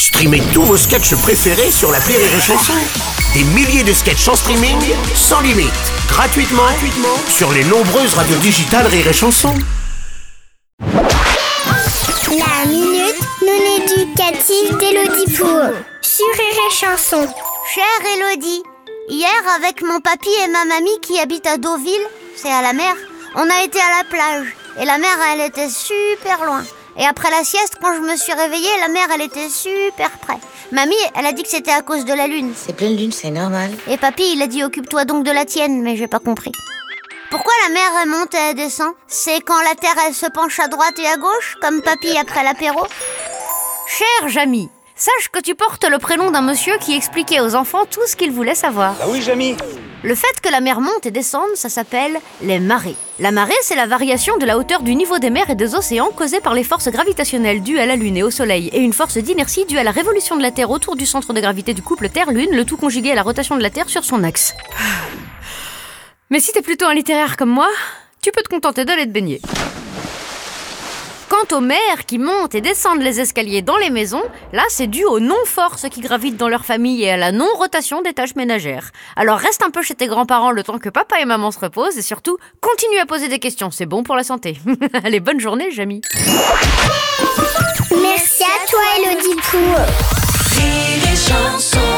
Streamez tous vos sketchs préférés sur l'appli Rire et Chanson. Des milliers de sketchs en streaming, sans limite, gratuitement sur les nombreuses radios digitales Rire et Chanson. La minute non éducative d'Élodie Pour sur Rire et Chanson. Chère Élodie, hier avec mon papy et ma mamie qui habitent à Deauville, c'est à la mer, on a été à la plage. Et la mer, elle était super loin. Et après la sieste, quand je me suis réveillée, la mer, elle était super près. Mamie, elle a dit que c'était à cause de la lune. C'est pleine lune, c'est normal. Et papy, il a dit occupe-toi donc de la tienne, mais j'ai pas compris. Pourquoi la mer, elle monte et elle descend? C'est quand la terre, elle se penche à droite et à gauche, comme papy après l'apéro? Cher Jamy, sache que tu portes le prénom d'un monsieur qui expliquait aux enfants tout ce qu'ils voulaient savoir. Ah oui, Jamy. Le fait que la mer monte et descende, ça s'appelle les marées. La marée, c'est la variation de la hauteur du niveau des mers et des océans causée par les forces gravitationnelles dues à la Lune et au Soleil, et une force d'inertie due à la révolution de la Terre autour du centre de gravité du couple Terre-Lune, le tout conjugué à la rotation de la Terre sur son axe. Mais si t'es plutôt un littéraire comme moi, tu peux te contenter d'aller te baigner. Quant aux mères qui montent et descendent les escaliers dans les maisons, là c'est dû aux non-forces qui gravitent dans leur famille et à la non-rotation des tâches ménagères. Alors reste un peu chez tes grands-parents le temps que papa et maman se reposent et surtout, continue à poser des questions, c'est bon pour la santé. Allez, bonne journée, Jamy. Merci à toi, Élodie Pour. Rire et Chanson.